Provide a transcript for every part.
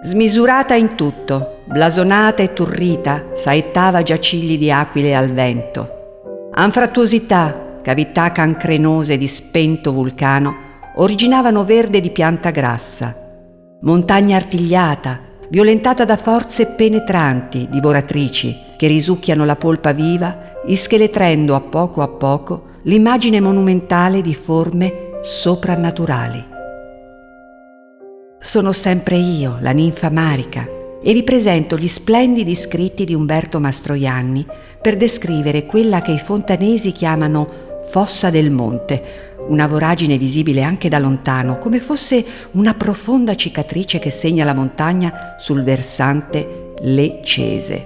Smisurata in tutto, blasonata e turrita, saettava giacigli di aquile al vento. Anfrattuosità, cavità cancrenose di spento vulcano originavano verde di pianta grassa. Montagna artigliata, violentata da forze penetranti, divoratrici, che risucchiano la polpa viva, ischeletrendo a poco l'immagine monumentale di forme soprannaturali. Sono sempre io, la ninfa marica, e ripresento gli splendidi scritti di Umberto Mastroianni per descrivere quella che i fontanesi chiamano Fossa del Monte, una voragine visibile anche da lontano, come fosse una profonda cicatrice che segna la montagna sul versante leccese.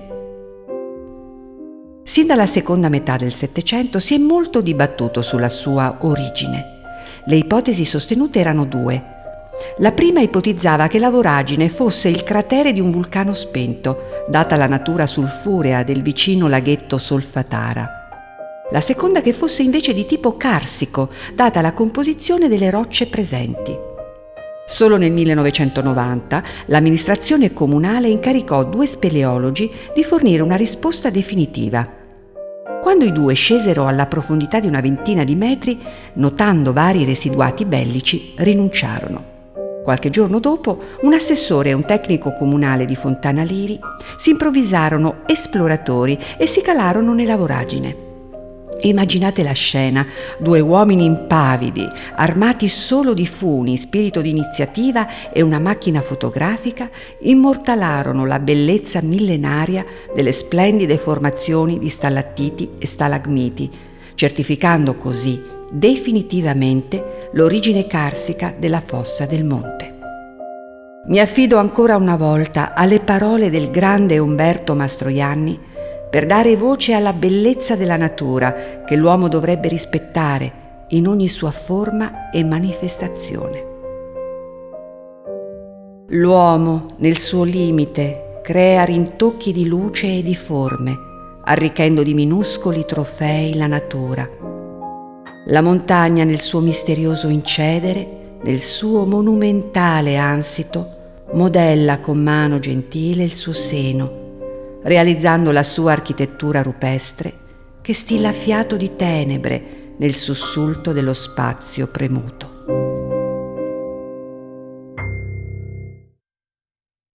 Sin dalla seconda metà del Settecento si è molto dibattuto sulla sua origine. Le ipotesi sostenute erano due. La prima ipotizzava che la voragine fosse il cratere di un vulcano spento, data la natura sulfurea del vicino laghetto Solfatara. La seconda che fosse invece di tipo carsico, data la composizione delle rocce presenti. Solo nel 1990 l'amministrazione comunale incaricò 2 speleologi di fornire una risposta definitiva. Quando i 2 scesero alla profondità di una ventina di metri, notando vari residuati bellici, rinunciarono. Qualche giorno dopo, un assessore e un tecnico comunale di Fontana Liri si improvvisarono esploratori e si calarono nella voragine. Immaginate la scena: 2 uomini impavidi, armati solo di funi, spirito di iniziativa e una macchina fotografica, immortalarono la bellezza millenaria delle splendide formazioni di stalattiti e stalagmiti, certificando così definitivamente l'origine carsica della Fossa del Monte. Mi affido ancora una volta alle parole del grande Umberto Mastroianni per dare voce alla bellezza della natura che l'uomo dovrebbe rispettare in ogni sua forma e manifestazione. L'uomo, nel suo limite, crea rintocchi di luce e di forme, arricchendo di minuscoli trofei la natura. La montagna, nel suo misterioso incedere, nel suo monumentale ansito, modella con mano gentile il suo seno, realizzando la sua architettura rupestre che stilla fiato di tenebre nel sussulto dello spazio premuto.